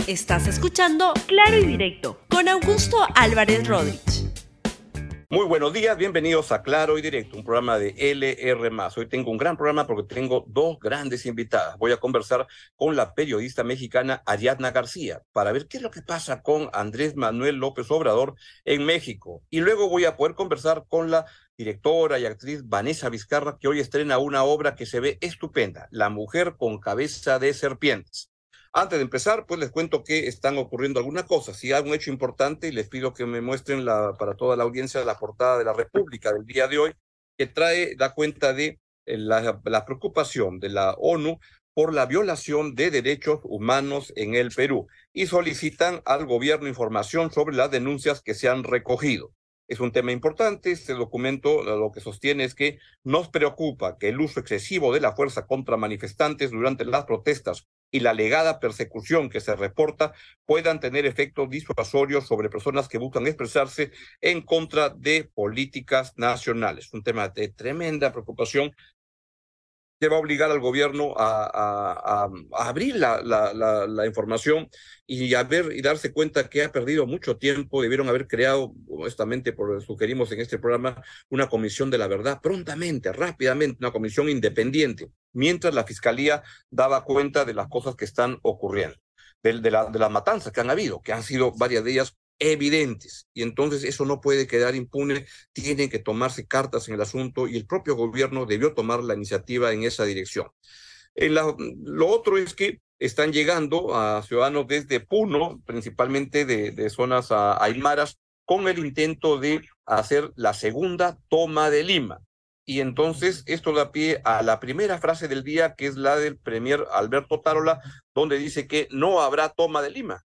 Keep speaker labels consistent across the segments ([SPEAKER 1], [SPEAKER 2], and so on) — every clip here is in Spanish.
[SPEAKER 1] Estás escuchando Claro y Directo con Augusto Álvarez Rodríguez.
[SPEAKER 2] Muy buenos días, bienvenidos a Claro y Directo, un programa de LR+. Hoy tengo un gran programa porque tengo dos grandes invitadas. Voy a conversar con la periodista mexicana Ariadna García para ver qué es lo que pasa con Andrés Manuel López Obrador en México. Y luego voy a poder conversar con la directora y actriz Vanessa Vizcarra, que hoy estrena una obra que se ve estupenda, La mujer con cabeza de serpientes. Antes de empezar, pues les cuento que están ocurriendo algunas cosas. Si hay un hecho importante, y les pido que me muestren para toda la audiencia la portada de la República del día de hoy, que da cuenta de la preocupación de la ONU por la violación de derechos humanos en el Perú y solicitan al gobierno información sobre las denuncias que se han recogido. Es un tema importante. Este documento lo que sostiene es que nos preocupa que el uso excesivo de la fuerza contra manifestantes durante las protestas y la alegada persecución que se reporta puedan tener efectos disuasorios sobre personas que buscan expresarse en contra de políticas nacionales. Un tema de tremenda preocupación que va a obligar al gobierno a abrir la información y darse cuenta que ha perdido mucho tiempo. Debieron haber creado, honestamente, sugerimos en este programa, una comisión de la verdad prontamente, rápidamente, una comisión independiente, mientras la Fiscalía daba cuenta de las cosas que están ocurriendo, de las matanzas que han habido, que han sido varias de ellas evidentes, y entonces eso no puede quedar impune. Tienen que tomarse cartas en el asunto y el propio gobierno debió tomar la iniciativa en esa dirección. Lo otro es que están llegando a ciudadanos desde Puno, principalmente de zonas aymaras, con el intento de hacer la segunda toma de Lima. Y entonces esto da pie a la primera frase del día, que es la del premier Alberto Tarola, donde dice que no habrá toma de Lima.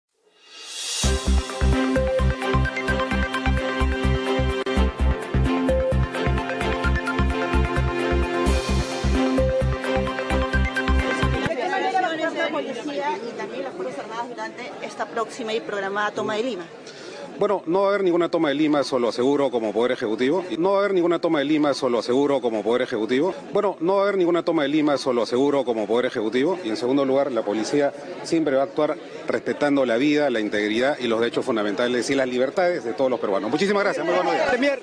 [SPEAKER 3] Y también las Fuerzas Armadas durante esta próxima y programada toma de Lima.
[SPEAKER 4] Bueno, no va a haber ninguna toma de Lima, eso lo aseguro como Poder Ejecutivo. No va a haber ninguna toma de Lima, eso lo aseguro como Poder Ejecutivo. Bueno, no va a haber ninguna toma de Lima, eso lo aseguro como Poder Ejecutivo. Y en segundo lugar, la policía siempre va a actuar respetando la vida, la integridad y los derechos fundamentales y las libertades de todos los peruanos. Muchísimas gracias, muy buenos días. Premier.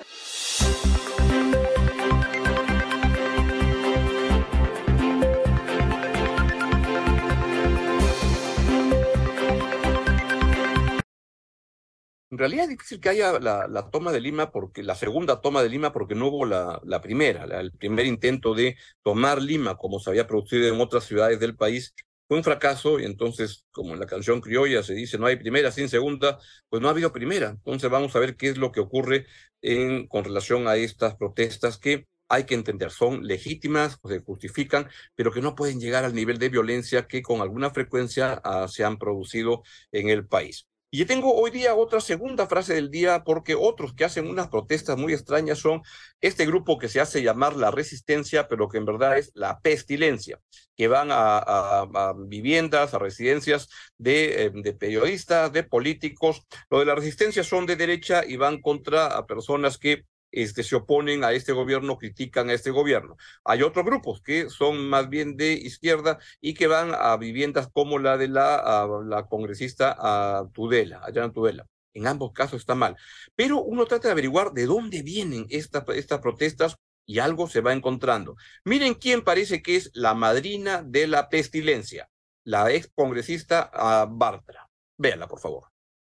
[SPEAKER 2] En realidad es difícil que haya la toma de Lima, porque la segunda toma de Lima, porque no hubo la primera. El primer intento de tomar Lima, como se había producido en otras ciudades del país, fue un fracaso, y entonces, como en la canción criolla se dice, no hay primera sin segunda, pues no ha habido primera. Entonces vamos a ver qué es lo que ocurre con relación a estas protestas, que hay que entender, son legítimas, se justifican, pero que no pueden llegar al nivel de violencia que con alguna frecuencia se han producido en el país. Y yo tengo hoy día otra segunda frase del día, porque otros que hacen unas protestas muy extrañas son este grupo que se hace llamar la Resistencia, pero que en verdad es la Pestilencia, que van a viviendas, a residencias de periodistas, de políticos. Lo de la Resistencia son de derecha y van contra a personas que se oponen a este gobierno, critican a este gobierno. Hay otros grupos que son más bien de izquierda y que van a viviendas como la de la congresista Tudela, allá en Tudela. En ambos casos está mal. Pero uno trata de averiguar de dónde vienen estas protestas y algo se va encontrando. Miren quién parece que es la madrina de la Pestilencia, la ex congresista Bartra. Véanla, por favor.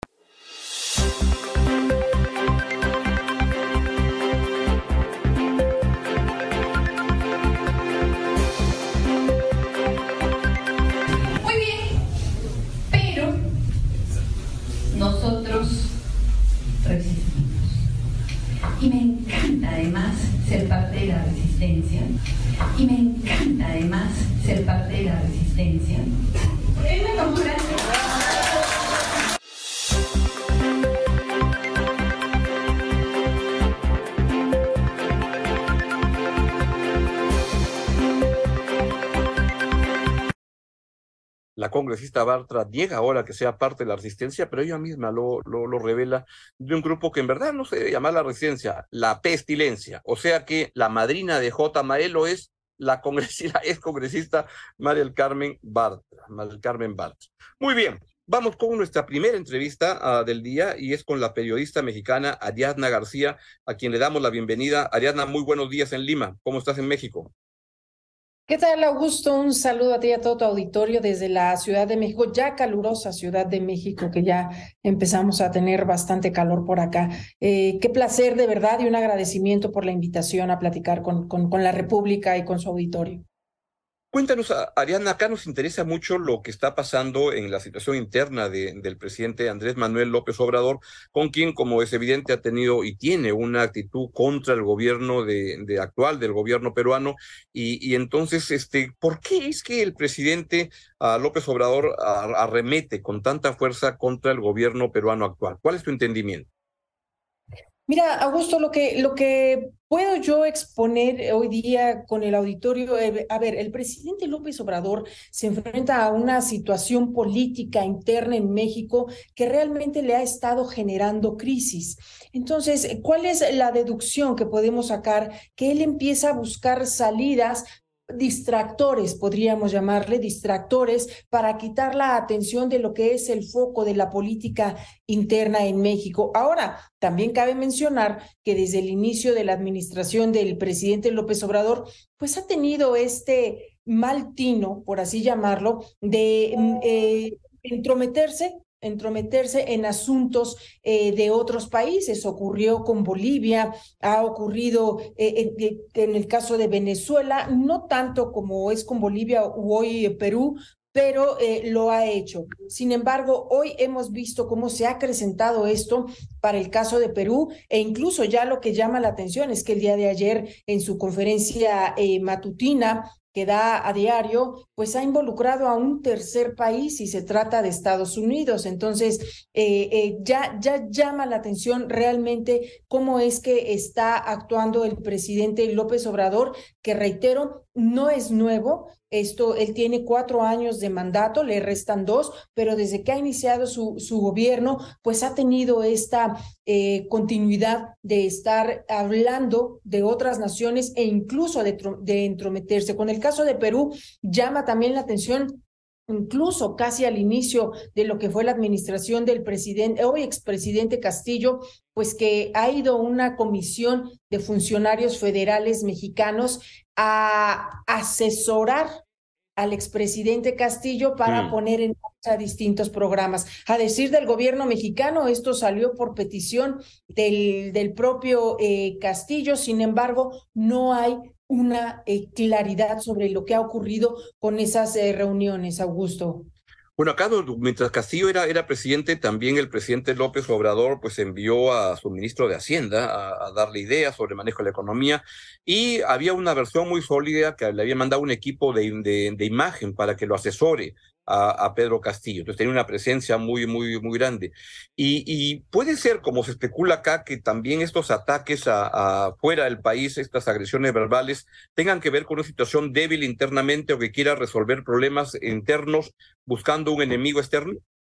[SPEAKER 5] Nosotros resistimos. Y me encanta además ser parte de la resistencia. Y me encanta además ser parte de la resistencia. Es una locura.
[SPEAKER 2] La congresista Bartra niega ahora que sea parte de la Resistencia, pero ella misma lo revela, de un grupo que en verdad no se debe llamar la Resistencia, la Pestilencia. O sea que la madrina de J. Maelo es la ex congresista María del Carmen Bartra. Muy bien, Vamos con nuestra primera entrevista del día y es con la periodista mexicana Ariadna García, a quien le damos la bienvenida. Ariadna, muy buenos días en Lima. ¿Cómo estás en México?
[SPEAKER 6] ¿Qué tal, Augusto? Un saludo a ti y a todo tu auditorio desde la Ciudad de México, ya calurosa Ciudad de México, que ya empezamos a tener bastante calor por acá. Qué placer de verdad y un agradecimiento por la invitación a platicar con la República y con su auditorio.
[SPEAKER 2] Cuéntanos, Ariadna, acá nos interesa mucho lo que está pasando en la situación interna del presidente Andrés Manuel López Obrador, con quien, como es evidente, ha tenido y tiene una actitud contra el gobierno actual del gobierno peruano. Y entonces, ¿por qué es que el presidente López Obrador arremete con tanta fuerza contra el gobierno peruano actual? ¿Cuál es tu entendimiento?
[SPEAKER 6] Mira, Augusto, lo que puedo yo exponer hoy día con el auditorio, a ver, el presidente López Obrador se enfrenta a una situación política interna en México que realmente le ha estado generando crisis. Entonces, ¿cuál es la deducción que podemos sacar? Que él empieza a buscar salidas, distractores, podríamos llamarle distractores, para quitar la atención de lo que es el foco de la política interna en México. Ahora, también cabe mencionar que desde el inicio de la administración del presidente López Obrador, pues ha tenido este mal tino, por así llamarlo, de entrometerse en asuntos de otros países. Ocurrió con Bolivia, ha ocurrido en el caso de Venezuela, no tanto como es con Bolivia u hoy Perú, pero lo ha hecho. Sin embargo, hoy hemos visto cómo se ha acrecentado esto para el caso de Perú, e incluso ya lo que llama la atención es que el día de ayer en su conferencia matutina que da a diario, pues ha involucrado a un tercer país y se trata de Estados Unidos. Entonces, ya llama la atención realmente cómo es que está actuando el presidente López Obrador, que reitero, no es nuevo. Él tiene 4 años de mandato, le restan 2, pero desde que ha iniciado su gobierno, pues ha tenido esta continuidad de estar hablando de otras naciones e incluso de entrometerse. Con el caso de Perú, llama también la atención, incluso casi al inicio de lo que fue la administración del presidente, hoy expresidente Castillo, pues que ha ido una comisión de funcionarios federales mexicanos a asesorar al expresidente Castillo para poner en marcha distintos programas. A decir del gobierno mexicano, esto salió por petición del propio Castillo. Sin embargo, no hay una claridad sobre lo que ha ocurrido con esas reuniones, Augusto.
[SPEAKER 2] Bueno, acá mientras Castillo era presidente, también el presidente López Obrador pues envió a su ministro de Hacienda a darle ideas sobre el manejo de la economía, y había una versión muy sólida que le había mandado un equipo de imagen para que lo asesore a Pedro Castillo. Entonces tenía una presencia muy grande. Y puede ser, como se especula acá, que también estos ataques fuera del país, estas agresiones verbales, tengan que ver con una situación débil internamente o que quiera resolver problemas internos buscando un enemigo externo.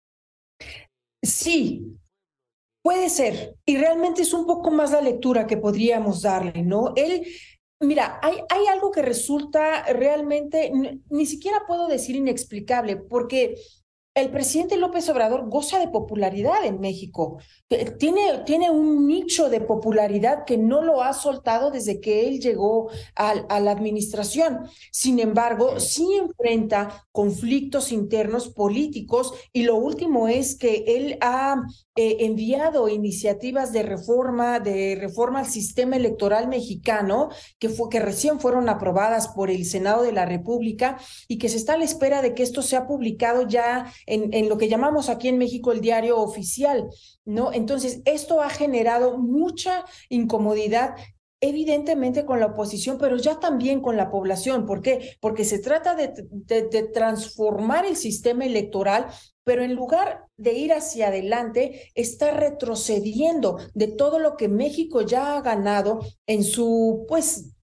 [SPEAKER 6] Sí, puede ser. Y realmente es un poco más la lectura que podríamos darle, ¿no? Mira, hay algo que resulta realmente, ni siquiera puedo decir inexplicable, porque el presidente López Obrador goza de popularidad en México. Tiene un nicho de popularidad que no lo ha soltado desde que él llegó a la administración. Sin embargo, sí enfrenta conflictos internos políticos, y lo último es que él ha enviado iniciativas de reforma al sistema electoral mexicano que recién fueron aprobadas por el Senado de la República y que se está a la espera de que esto sea publicado ya en lo que llamamos aquí en México el diario oficial, ¿no? Entonces, esto ha generado mucha incomodidad, evidentemente con la oposición, pero ya también con la población. ¿Por qué? Porque se trata de transformar el sistema electoral, pero en lugar de ir hacia adelante, está retrocediendo de todo lo que México ya ha ganado en su, pues,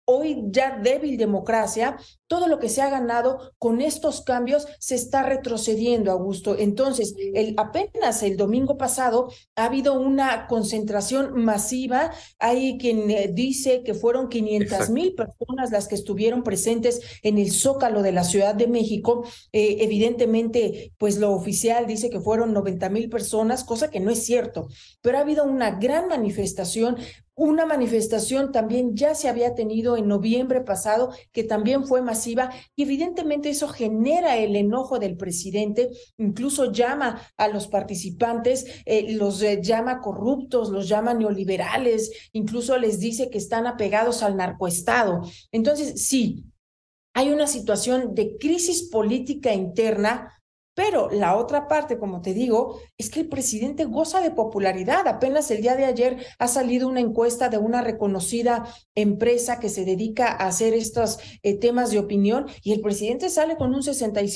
[SPEAKER 6] hoy ya débil democracia, todo lo que se ha ganado con estos cambios se está retrocediendo, Augusto. Entonces, apenas el domingo pasado ha habido una concentración masiva. Hay quien dice que fueron 500,000 personas las que estuvieron presentes en el Zócalo de la Ciudad de México. Evidentemente, pues lo oficial dice que fueron 90,000 personas, cosa que no es cierto, pero ha habido una gran manifestación. Una manifestación también ya se había tenido en noviembre pasado, que también fue masiva, y evidentemente eso genera el enojo del presidente. Incluso llama a los participantes, los llama corruptos, los llama neoliberales, incluso les dice que están apegados al narcoestado. Entonces, sí, hay una situación de crisis política interna. Pero la otra parte, como te digo, es que el presidente goza de popularidad. Apenas el día de ayer ha salido una encuesta de una reconocida empresa que se dedica a hacer estos temas de opinión, y el presidente sale con un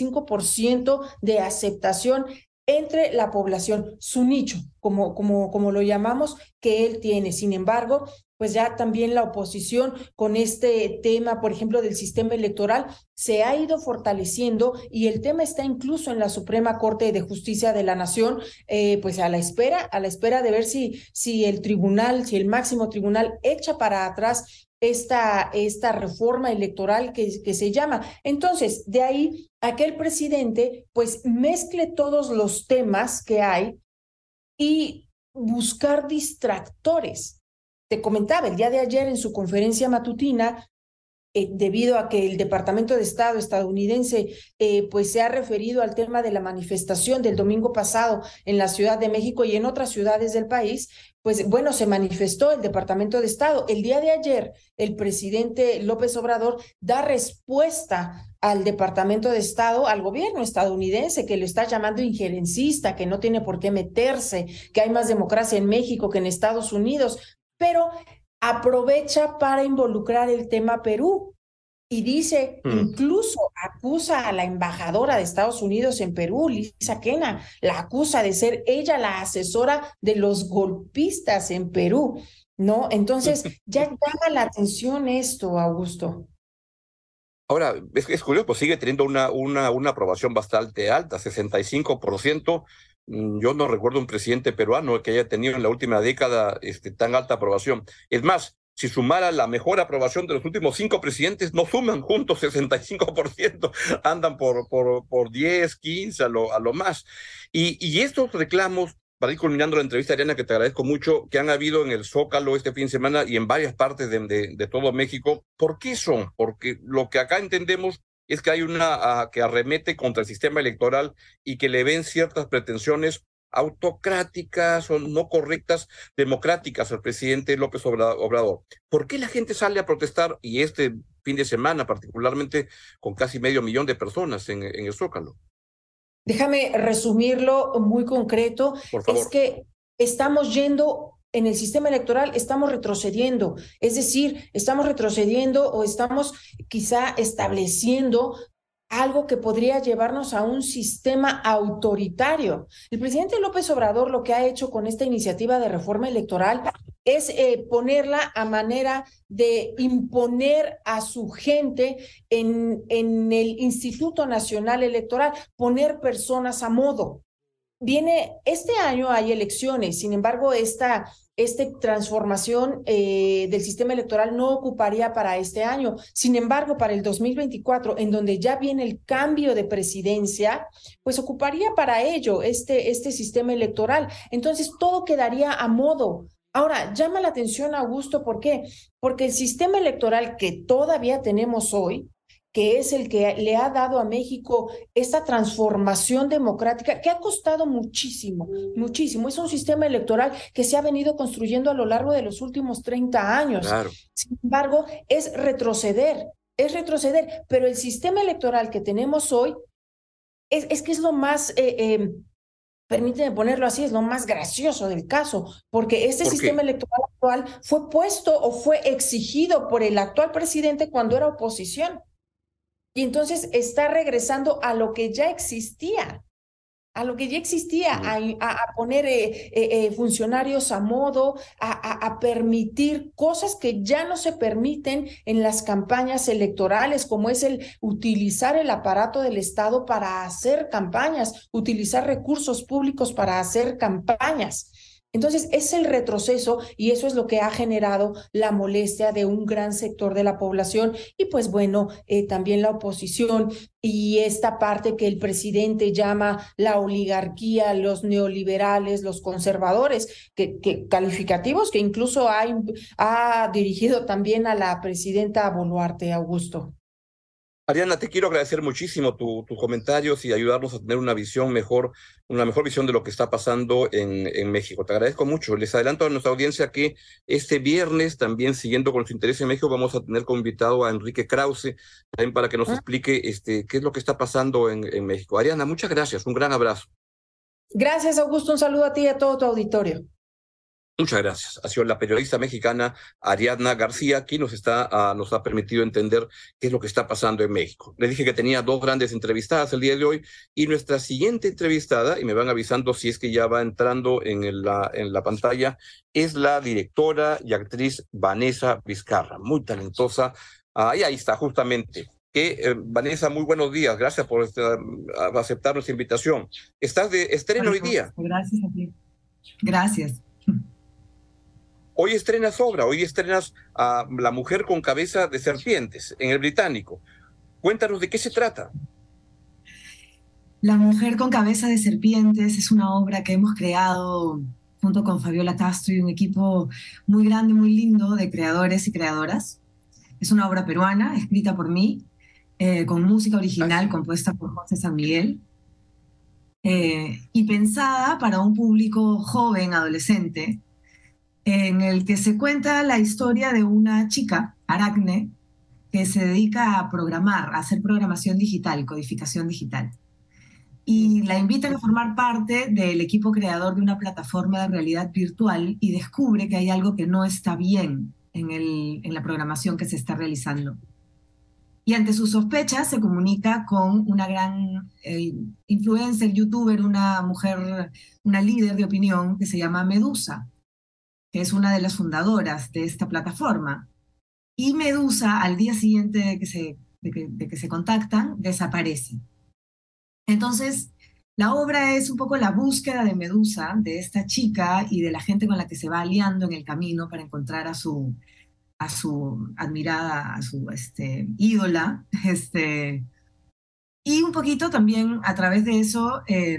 [SPEAKER 6] 65% de aceptación entre la población, su nicho, como lo llamamos, que él tiene. Sin embargo, pues ya también la oposición con este tema, por ejemplo, del sistema electoral, se ha ido fortaleciendo, y el tema está incluso en la Suprema Corte de Justicia de la Nación, pues a la espera de ver si el tribunal, si el máximo tribunal echa para atrás esta reforma electoral que se llama. Entonces, de ahí a que el presidente pues mezcle todos los temas que hay y buscar distractores. Te comentaba, el día de ayer en su conferencia matutina, debido a que el Departamento de Estado estadounidense pues se ha referido al tema de la manifestación del domingo pasado en la Ciudad de México y en otras ciudades del país, pues bueno, se manifestó el Departamento de Estado. El día de ayer, el presidente López Obrador da respuesta al Departamento de Estado, al gobierno estadounidense, que lo está llamando injerencista, que no tiene por qué meterse, que hay más democracia en México que en Estados Unidos, pero aprovecha para involucrar el tema Perú. Y dice, incluso acusa a la embajadora de Estados Unidos en Perú, Lisa Kena, la acusa de ser ella la asesora de los golpistas en Perú, ¿no? Entonces, ya llama la atención esto, Augusto.
[SPEAKER 2] Ahora, es curioso, pues sigue teniendo una aprobación bastante alta, 65%. Yo no recuerdo un presidente peruano que haya tenido en la última década tan alta aprobación. Es más, si sumara la mejor aprobación de los últimos 5 presidentes, no suman juntos 65%, andan por 10, 15 a lo más. Y estos reclamos, para ir culminando la entrevista, Ariana, que te agradezco mucho, que han habido en el Zócalo este fin de semana y en varias partes de todo México, ¿por qué son? Porque lo que acá entendemos es que hay una que arremete contra el sistema electoral y que le ven ciertas pretensiones autocráticas o no correctas, democráticas al presidente López Obrador. ¿Por qué la gente sale a protestar, y este fin de semana particularmente con casi 500,000 de personas en el Zócalo?
[SPEAKER 6] Déjame resumirlo muy concreto.
[SPEAKER 2] Por favor.
[SPEAKER 6] Es que estamos yendo en el sistema electoral, estamos retrocediendo. Es decir, estamos retrocediendo o estamos quizá estableciendo algo que podría llevarnos a un sistema autoritario. El presidente López Obrador lo que ha hecho con esta iniciativa de reforma electoral es ponerla a manera de imponer a su gente en el Instituto Nacional Electoral, poner personas a modo. Este año hay elecciones, sin embargo, esta transformación del sistema electoral no ocuparía para este año. Sin embargo, para el 2024, en donde ya viene el cambio de presidencia, pues ocuparía para ello este sistema electoral. Entonces, todo quedaría a modo. Ahora, llama la atención, Augusto, ¿por qué? Porque el sistema electoral que todavía tenemos hoy, que es el que le ha dado a México esta transformación democrática que ha costado muchísimo, muchísimo. Es un sistema electoral que se ha venido construyendo a lo largo de los últimos 30 años.
[SPEAKER 2] Claro.
[SPEAKER 6] Sin embargo, es retroceder, pero el sistema electoral que tenemos hoy es que es lo más... permíteme ponerlo así, es lo más gracioso del caso, porque este sistema electoral actual fue puesto o fue exigido por el actual presidente cuando era oposición. Y entonces está regresando a lo que ya existía. a lo que ya existía, a poner funcionarios a modo, a permitir cosas que ya no se permiten en las campañas electorales, como es el utilizar el aparato del Estado para hacer campañas, utilizar recursos públicos para hacer campañas. Entonces, es el retroceso y eso es lo que ha generado la molestia de un gran sector de la población y pues bueno, también la oposición y esta parte que el presidente llama la oligarquía, los neoliberales, los conservadores, que calificativos que incluso ha dirigido también a la presidenta Boluarte, Augusto.
[SPEAKER 2] Ariadna, te quiero agradecer muchísimo tus comentarios y ayudarnos a tener una visión mejor, una mejor visión de lo que está pasando en México. Te agradezco mucho. Les adelanto a nuestra audiencia que este viernes, también siguiendo con su interés en México, vamos a tener como invitado a Enrique Krause, también para que nos explique qué es lo que está pasando en México. Ariadna, muchas gracias. Un gran abrazo.
[SPEAKER 6] Gracias, Augusto. Un saludo a ti y a todo tu auditorio.
[SPEAKER 2] Muchas gracias. Ha sido la periodista mexicana Ariadna García, quien nos ha permitido entender qué es lo que está pasando en México. Le dije que tenía dos grandes entrevistadas el día de hoy y nuestra siguiente entrevistada, y me van avisando si es que ya va entrando en la pantalla, es la directora y actriz Vanessa Vizcarra, muy talentosa. Y ahí está, justamente. Vanessa, muy buenos días. Gracias por aceptar nuestra invitación. Estás de estreno hoy día.
[SPEAKER 7] Gracias a ti. Gracias.
[SPEAKER 2] Hoy estrenas obra, hoy estrenas a La mujer con cabeza de serpientes en el Británico. Cuéntanos de qué se trata.
[SPEAKER 7] La mujer con cabeza de serpientes es una obra que hemos creado junto con Fabiola Castro y un equipo muy grande, muy lindo de creadores y creadoras. Es una obra peruana, escrita por mí, con música original compuesta por José San Miguel y pensada para un público joven, adolescente, en el que se cuenta la historia de una chica, Aracne, que se dedica a programar, a hacer programación digital, codificación digital. Y la invitan a formar parte del equipo creador de una plataforma de realidad virtual y descubre que hay algo que no está bien en la programación que se está realizando. Y ante sus sospechas se comunica con una gran influencer, youtuber, una mujer, una líder de opinión que se llama Medusa, que es una de las fundadoras de esta plataforma. Y Medusa, al día siguiente de que se contactan, desaparece. Entonces, la obra es un poco la búsqueda de Medusa, de esta chica y de la gente con la que se va aliando en el camino para encontrar a su admirada, a su ídola. Y un poquito también a través de eso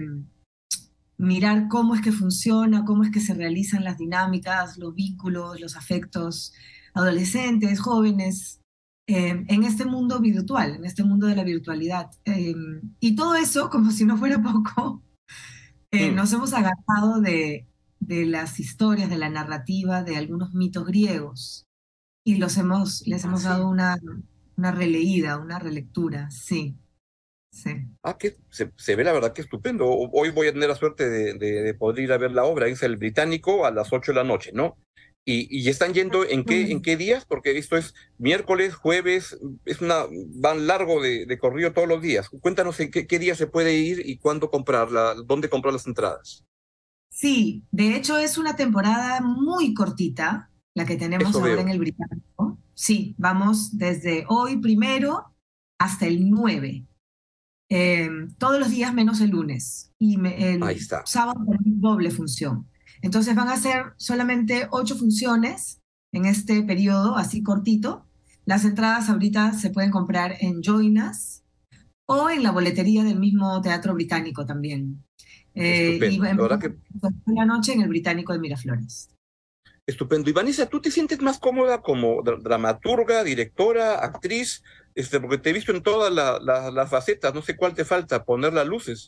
[SPEAKER 7] mirar cómo es que funciona, cómo es que se realizan las dinámicas, los vínculos, los afectos adolescentes, jóvenes, en este mundo virtual, en este mundo de la virtualidad. Y todo eso, como si no fuera poco, nos hemos agarrado de las historias, de la narrativa, de algunos mitos griegos, y les hemos dado una releída, una relectura, sí. Sí.
[SPEAKER 2] Que se ve la verdad que estupendo. Hoy voy a tener la suerte de poder ir a ver la obra. Es el Británico a las 8 de la noche, ¿no? Y están yendo ¿en qué días? Porque esto es miércoles, jueves, van largo de corrido todos los días. Cuéntanos en qué día se puede ir y cuándo comprarla, dónde comprar las entradas.
[SPEAKER 7] Sí, de hecho es una temporada muy cortita, la que tenemos ahora en el Británico. Sí, vamos desde hoy 1 hasta el 9. Todos los días menos el lunes y el sábado doble función. Entonces van a ser solamente 8 funciones en este periodo así cortito. Las entradas ahorita se pueden comprar en Join Us o en la boletería del mismo Teatro Británico también. Y la noche en el Británico de Miraflores.
[SPEAKER 2] Estupendo. Y Vanessa, ¿tú te sientes más cómoda como dramaturga, directora, actriz? Porque te he visto en todas las facetas, no sé cuál te falta, poner las luces.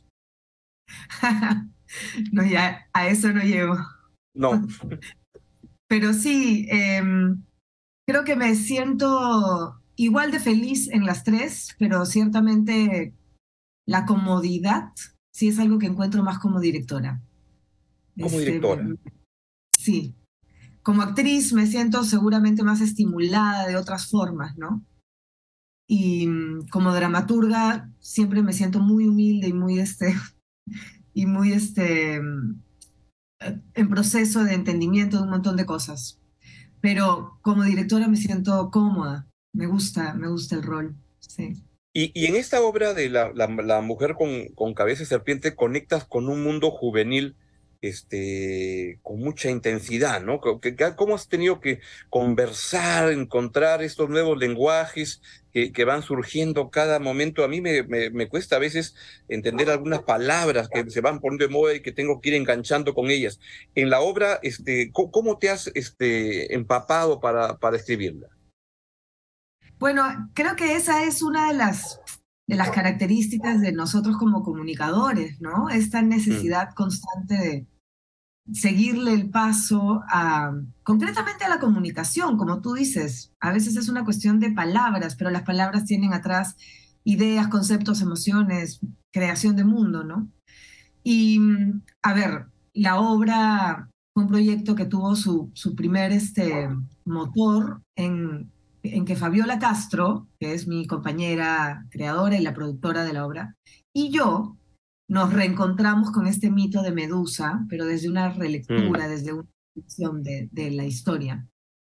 [SPEAKER 7] No, ya a eso no llego.
[SPEAKER 2] No.
[SPEAKER 7] Pero sí, creo que me siento igual de feliz en las tres, pero ciertamente la comodidad sí es algo que encuentro más como directora.
[SPEAKER 2] Como directora.
[SPEAKER 7] Sí. Como actriz me siento seguramente más estimulada de otras formas, ¿no? Y como dramaturga siempre me siento muy humilde y muy y muy en proceso de entendimiento de un montón de cosas. Pero como directora me siento cómoda, me gusta el rol, sí.
[SPEAKER 2] Y en esta obra de la mujer con cabeza de serpiente conectas con un mundo juvenil con mucha intensidad, ¿no? ¿Cómo has tenido que conversar, encontrar estos nuevos lenguajes que van surgiendo cada momento? A mí me cuesta a veces entender algunas palabras que se van poniendo de moda y que tengo que ir enganchando con ellas. En la obra, ¿cómo te has empapado para escribirla?
[SPEAKER 7] Bueno, creo que esa es una de las características de nosotros como comunicadores, ¿no? Esta necesidad constante de seguirle el paso concretamente a la comunicación, como tú dices. A veces es una cuestión de palabras, pero las palabras tienen atrás ideas, conceptos, emociones, creación de mundo, ¿no? Y, a ver, la obra fue un proyecto que tuvo su primer motor en que Fabiola Castro, que es mi compañera creadora y la productora de la obra, y yo nos reencontramos con este mito de Medusa, pero desde una relectura, desde una visión de la historia.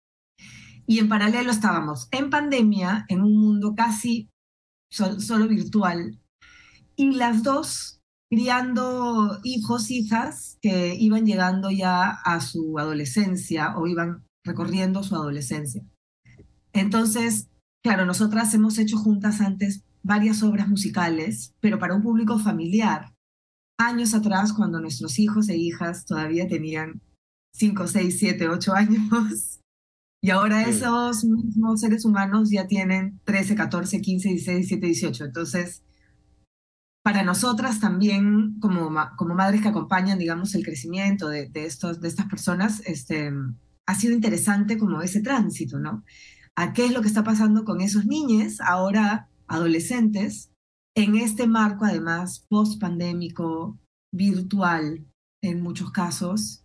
[SPEAKER 7] Y en paralelo estábamos en pandemia, en un mundo casi solo virtual, y las dos criando hijos, hijas que iban llegando ya a su adolescencia o iban recorriendo su adolescencia. Entonces, claro, nosotras hemos hecho juntas antes varias obras musicales, pero para un público familiar, años atrás, cuando nuestros hijos e hijas todavía tenían 5, 6, 7, 8 años, y ahora esos mismos seres humanos ya tienen 13, 14, 15, 16, 17, 18. Entonces, para nosotras también, como madres que acompañan, digamos, el crecimiento de estas personas, ha sido interesante como ese tránsito, ¿no? A qué es lo que está pasando con esos niños, ahora adolescentes, en este marco además post-pandémico, virtual en muchos casos,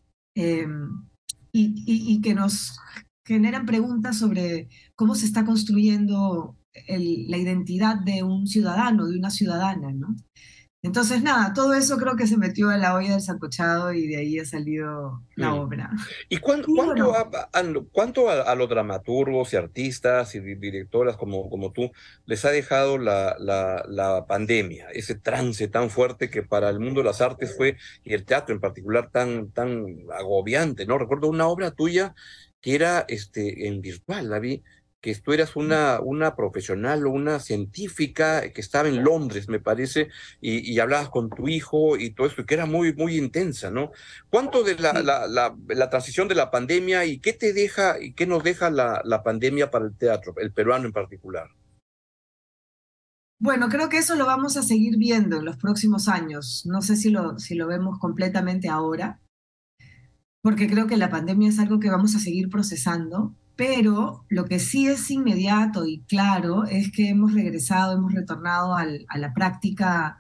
[SPEAKER 7] y que nos generan preguntas sobre cómo se está construyendo la identidad de un ciudadano, de una ciudadana, ¿no? Entonces, nada, todo eso creo que se metió a la olla del sancochado y de ahí ha salido la obra.
[SPEAKER 2] ¿Y cuánto a los dramaturgos y artistas y directoras como tú les ha dejado la pandemia, ese trance tan fuerte que para el mundo de las artes fue, y el teatro en particular, tan agobiante, ¿no? Recuerdo una obra tuya que era en virtual, la vi, que tú eras una profesional o una científica que estaba en Londres, me parece, y hablabas con tu hijo y todo eso, y que era muy, muy intensa, ¿no? ¿Cuánto de la transición de la pandemia y qué te deja y qué nos deja la pandemia para el teatro, el peruano en particular?
[SPEAKER 7] Bueno, creo que eso lo vamos a seguir viendo en los próximos años. No sé si lo vemos completamente ahora, porque creo que la pandemia es algo que vamos a seguir procesando. Pero lo que sí es inmediato y claro es que hemos retornado a la práctica,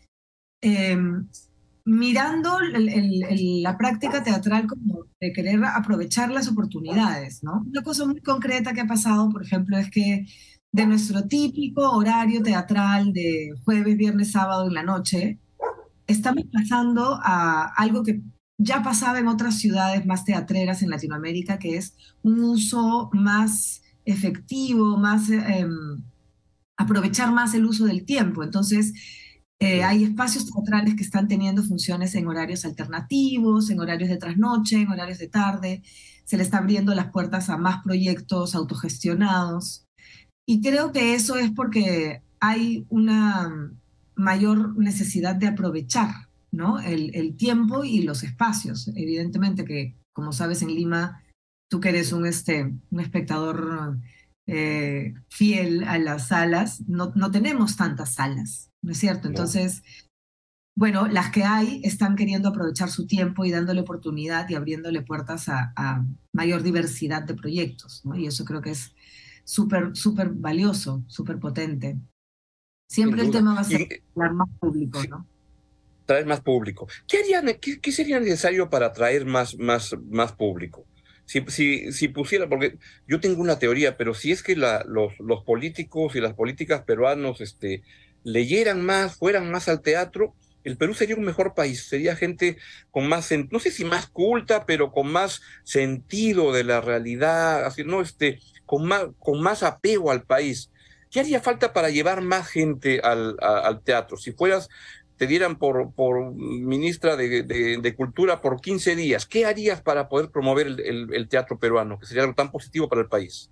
[SPEAKER 7] mirando la práctica teatral como de querer aprovechar las oportunidades, ¿no? Una cosa muy concreta que ha pasado, por ejemplo, es que de nuestro típico horario teatral de jueves, viernes, sábado en la noche, estamos pasando a algo que ya pasaba en otras ciudades más teatreras en Latinoamérica, que es un uso más efectivo, aprovechar más el uso del tiempo. Entonces, hay espacios teatrales que están teniendo funciones en horarios alternativos, en horarios de trasnoche, en horarios de tarde. Se le está abriendo las puertas a más proyectos autogestionados. Y creo que eso es porque hay una mayor necesidad de aprovechar, ¿no? El tiempo y los espacios. Evidentemente que, como sabes, en Lima, tú que eres un espectador fiel a las salas, no tenemos tantas salas, ¿no es cierto? Entonces, bueno, las que hay están queriendo aprovechar su tiempo y dándole oportunidad y abriéndole puertas a mayor diversidad de proyectos, ¿no? Y eso creo que es súper, súper valioso, súper potente. Siempre el tema va a ser más público, ¿no?
[SPEAKER 2] Traer más público. ¿Qué sería necesario para atraer más público? Si pusiera, porque yo tengo una teoría, pero si es que los políticos y las políticas peruanos leyeran más, fueran más al teatro, el Perú sería un mejor país, sería gente con más, no sé si más culta, pero con más sentido de la realidad, así, ¿no? Con más apego al país. ¿Qué haría falta para llevar más gente al teatro? Si fueras, te dieran por ministra de Cultura por 15 días, ¿qué harías para poder promover el teatro peruano, que sería algo tan positivo para el país?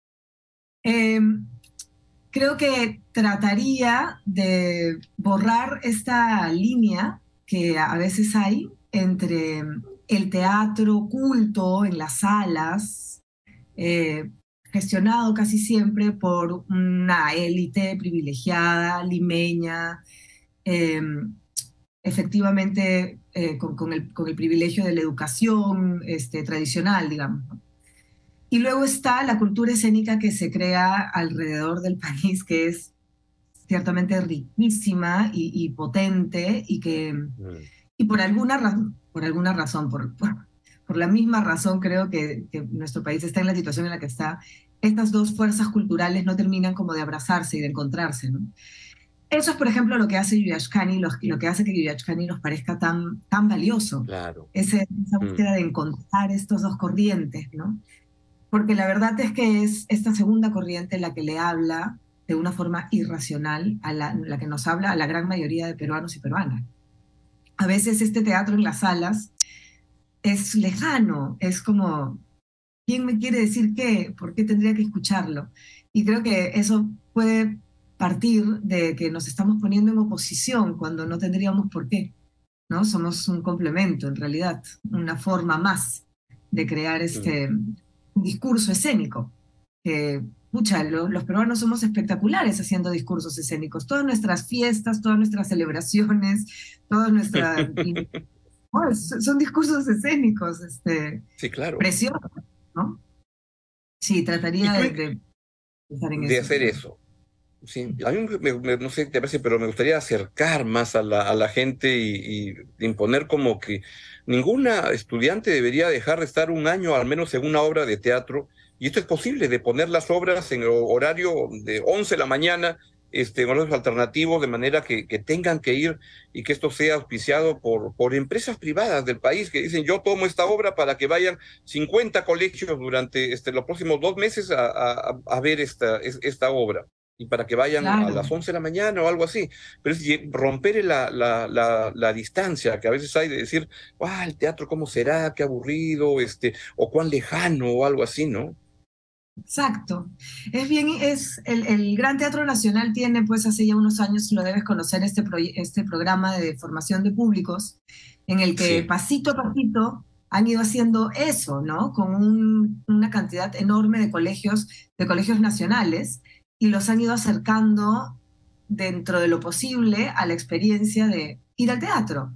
[SPEAKER 7] Eh, Creo que trataría de borrar esta línea que a veces hay entre el teatro culto en las salas, eh, gestionado casi siempre por una élite privilegiada, limeña, eh, efectivamente con el privilegio de la educación tradicional, digamos, ¿no? Y luego está la cultura escénica que se crea alrededor del país, que es ciertamente riquísima y potente,
[SPEAKER 2] Mm.
[SPEAKER 7] y por alguna razón, por la misma razón creo que nuestro país está en la situación en la que está, estas dos fuerzas culturales no terminan como de abrazarse y de encontrarse, ¿no? Eso es, por ejemplo, lo que hace Yuyachkani, lo que hace que Yuyachkani nos parezca tan valioso,
[SPEAKER 2] Claro.
[SPEAKER 7] esa
[SPEAKER 2] Mm.
[SPEAKER 7] búsqueda de encontrar estos dos corrientes, ¿no? Porque la verdad es que es esta segunda corriente la que le habla de una forma irracional la que nos habla a la gran mayoría de peruanos y peruanas. A veces este teatro en las salas es lejano, es como, ¿quién me quiere decir qué? ¿Por qué tendría que escucharlo? Y creo que eso puede partir de que nos estamos poniendo en oposición cuando no tendríamos por qué, ¿no? Somos un complemento, en realidad, una forma más de crear
[SPEAKER 2] Mm.
[SPEAKER 7] un discurso escénico. Pucha, los peruanos somos espectaculares haciendo discursos escénicos. Todas nuestras fiestas, todas nuestras celebraciones, todas nuestras... Oh, son discursos escénicos,
[SPEAKER 2] Sí, claro.
[SPEAKER 7] preciosos, ¿no? Sí,
[SPEAKER 2] ¿Y
[SPEAKER 7] trataría
[SPEAKER 2] tú
[SPEAKER 7] de pensar en
[SPEAKER 2] de
[SPEAKER 7] eso.
[SPEAKER 2] hacer eso? Sí, a mí no sé qué te parece, pero me gustaría acercar más a la gente y imponer como que ninguna estudiante debería dejar de estar un año al menos en una obra de teatro. Y esto es posible, de poner las obras en horario de 11 de la mañana, en horarios alternativos, de manera que tengan que ir y que esto sea auspiciado por empresas privadas del país que dicen, yo tomo esta obra para que vayan 50 colegios durante los próximos 2 meses a ver esta obra y para que vayan a
[SPEAKER 7] Claro,
[SPEAKER 2] las 11 de la mañana o algo así. Pero es romper la distancia que a veces hay de decir, el teatro, ¿cómo será? Qué aburrido, o cuán lejano o algo así, ¿no?
[SPEAKER 7] exacto. Es bien, el Gran Teatro Nacional tiene, pues hace ya unos años, lo debes conocer, este programa de formación de públicos, en el que
[SPEAKER 2] Sí.
[SPEAKER 7] pasito a pasito han ido haciendo eso, ¿no? Con una cantidad enorme de colegios nacionales, y los han ido acercando dentro de lo posible a la experiencia de ir al teatro.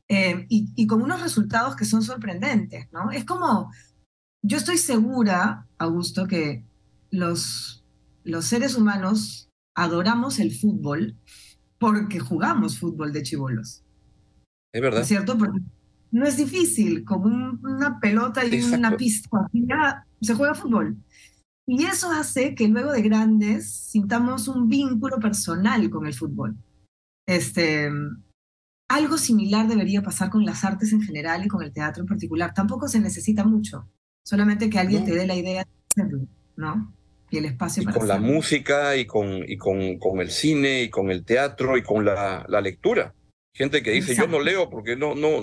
[SPEAKER 7] Y con unos resultados que son sorprendentes, ¿no? Es como yo estoy segura, Augusto, que los, los seres humanos adoramos el fútbol porque jugamos fútbol de chibolos,
[SPEAKER 2] Es
[SPEAKER 7] ¿no es
[SPEAKER 2] verdad.
[SPEAKER 7] cierto? Porque no es difícil, con una pelota y una
[SPEAKER 2] Exacto.
[SPEAKER 7] pista, así ya se juega fútbol. Y eso hace que luego de grandes sintamos un vínculo personal con el fútbol. Este, Algo similar debería pasar con las artes en general y con el teatro en particular. Tampoco se necesita mucho, solamente que alguien te
[SPEAKER 2] No.
[SPEAKER 7] dé la idea de hacerlo, ¿no? Y el espacio
[SPEAKER 2] Y
[SPEAKER 7] para
[SPEAKER 2] con la
[SPEAKER 7] hacerlo.
[SPEAKER 2] música, con el cine, y con el teatro, y con la lectura. Gente que dice, yo no
[SPEAKER 7] Exacto.
[SPEAKER 2] leo porque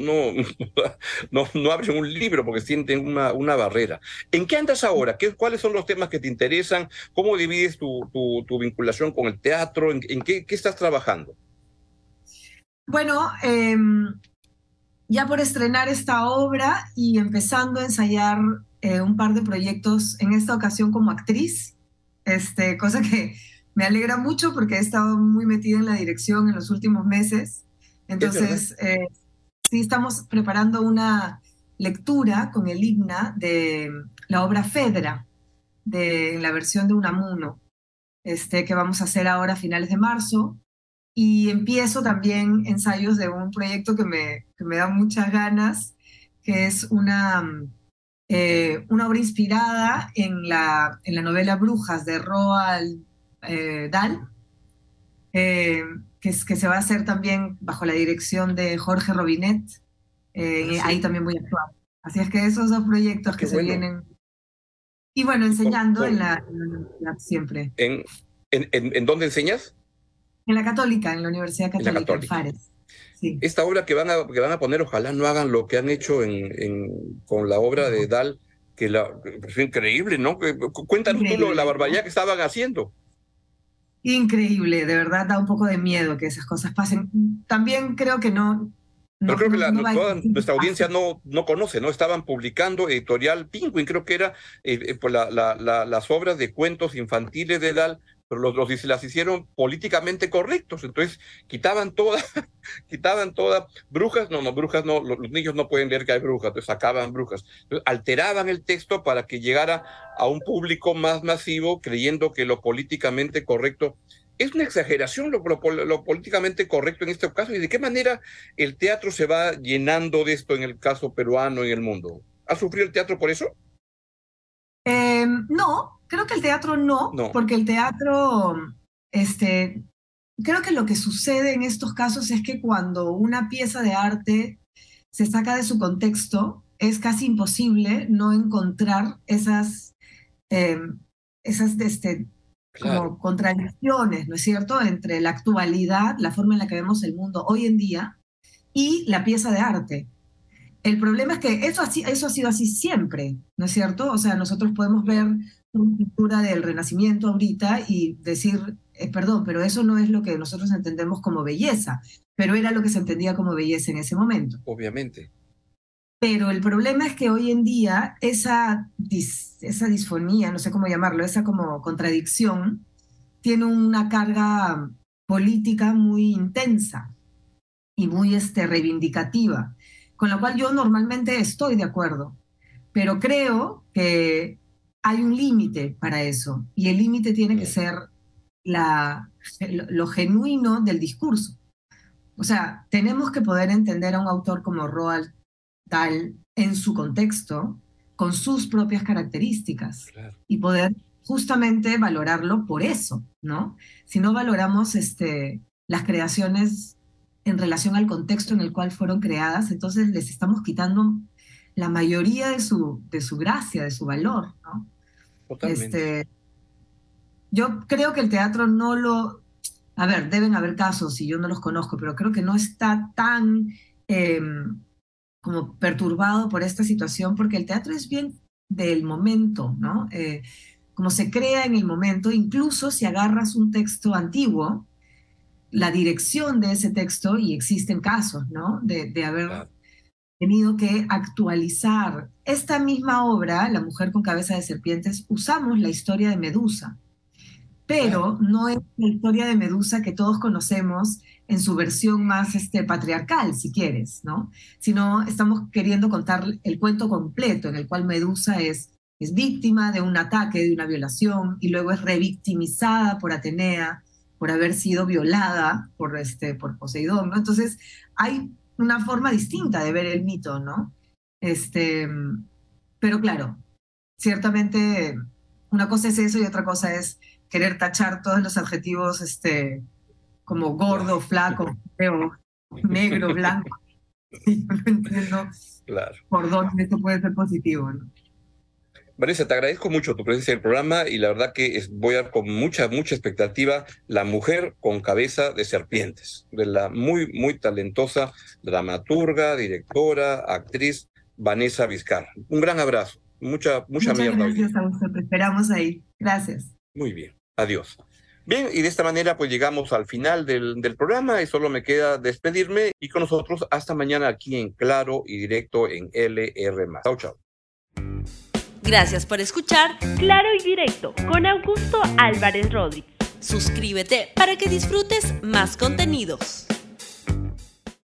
[SPEAKER 2] no abren un libro porque sienten una barrera. ¿En qué andas ahora? ¿Cuáles son los temas que te interesan? ¿Cómo divides tu vinculación con el teatro? ¿En qué estás trabajando?
[SPEAKER 7] Bueno, ya por estrenar esta obra y empezando a ensayar un par de proyectos en esta ocasión como actriz, cosa que me alegra mucho porque he estado muy metida en la dirección en los últimos meses.
[SPEAKER 2] Es verdad.
[SPEAKER 7] Entonces, sí estamos preparando una lectura con el IGNA de la obra Fedra, de la versión de Unamuno, que vamos a hacer ahora a finales de marzo. Y empiezo también ensayos de un proyecto que me da muchas ganas, que es una obra inspirada en la novela Brujas de Roald Dahl, eh, que se va a hacer también bajo la dirección de Jorge Robinet.
[SPEAKER 2] Sí.
[SPEAKER 7] Ahí también voy a actuar. Así es que esos dos proyectos que se vienen. Y bueno, enseñando en la universidad siempre.
[SPEAKER 2] ¿En dónde enseñas?
[SPEAKER 7] En la Católica, en la Universidad Católica, en Fares. Sí.
[SPEAKER 2] Esta obra que van a poner, ojalá no hagan lo que han hecho con la obra de Dahl, que es increíble, ¿no? Cuéntanos tú la barbaridad que estaban haciendo.
[SPEAKER 7] Increíble, de verdad da un poco de miedo que esas cosas pasen. También creo que no.
[SPEAKER 2] Pero creo que toda nuestra audiencia no conoce, ¿no? Estaban publicando Editorial Penguin, creo que era por las obras de cuentos infantiles de Dahl, pero las hicieron políticamente correctos, entonces quitaban toda, brujas no, los niños no pueden leer que hay brujas, entonces sacaban brujas, entonces, alteraban el texto para que llegara a un público más masivo, creyendo que lo políticamente correcto es una exageración, lo políticamente correcto en este caso. ¿Y de qué manera el teatro se va llenando de esto en el caso peruano y en el mundo? ¿Ha sufrido el teatro por eso?
[SPEAKER 7] No, creo que el teatro no, porque el teatro, creo que lo que sucede en estos casos es que cuando una pieza de arte se saca de su contexto, es casi imposible no encontrar esas como contradicciones, ¿no es cierto?, entre la actualidad, la forma en la que vemos el mundo hoy en día, y la pieza de arte. El problema es que eso ha sido así siempre, ¿no es cierto? O sea, nosotros podemos ver una pintura del Renacimiento ahorita y decir, perdón, pero eso no es lo que nosotros entendemos como belleza, pero era lo que se entendía como belleza en ese momento.
[SPEAKER 2] Obviamente.
[SPEAKER 7] Pero el problema es que hoy en día esa disfonía, no sé cómo llamarlo, esa como contradicción, tiene una carga política muy intensa y muy reivindicativa, con lo cual yo normalmente estoy de acuerdo, pero creo que hay un límite para eso, y el límite tiene que ser lo genuino del discurso. O sea, tenemos que poder entender a un autor como Roald Dahl en su contexto, con sus propias características, claro, y poder justamente valorarlo por eso, ¿no? Si no valoramos las creaciones en relación al contexto en el cual fueron creadas, entonces les estamos quitando la mayoría de su gracia, de su valor, ¿no?
[SPEAKER 2] Totalmente.
[SPEAKER 7] Yo creo que el teatro no lo... A ver, deben haber casos, y yo no los conozco, pero creo que no está tan... como perturbado por esta situación, porque el teatro es bien del momento, ¿no? Como se crea en el momento, incluso si agarras un texto antiguo, la dirección de ese texto, y existen casos, ¿no?, de haber tenido que actualizar esta misma obra, La mujer con cabeza de serpientes, usamos la historia de Medusa, pero no es la historia de Medusa que todos conocemos en su versión más patriarcal, si quieres, ¿no? Sino estamos queriendo contar el cuento completo, en el cual Medusa es víctima de un ataque, de una violación, y luego es revictimizada por Atenea por haber sido violada por Poseidón, ¿no? Entonces hay una forma distinta de ver el mito, ¿no? Pero claro, ciertamente una cosa es eso y otra cosa es querer tachar todos los adjetivos como gordo, flaco, feo, negro, blanco. Yo no entiendo por dónde esto puede ser positivo, ¿no?
[SPEAKER 2] Vanessa, te agradezco mucho tu presencia en el programa, y la verdad que voy a ver con mucha expectativa La mujer con cabeza de serpientes, de la muy, muy talentosa dramaturga, directora, actriz Vanessa Vizcarra. Un gran abrazo. Muchas mierda.
[SPEAKER 7] Gracias a usted, te esperamos ahí. Gracias.
[SPEAKER 2] Muy bien, adiós. Bien, y de esta manera pues llegamos al final del programa, y solo me queda despedirme, y con nosotros hasta mañana aquí en Claro y Directo en LR+. Chao, chao.
[SPEAKER 1] Gracias por escuchar Claro y Directo con Augusto Álvarez Rodríguez. Suscríbete para que disfrutes más contenidos.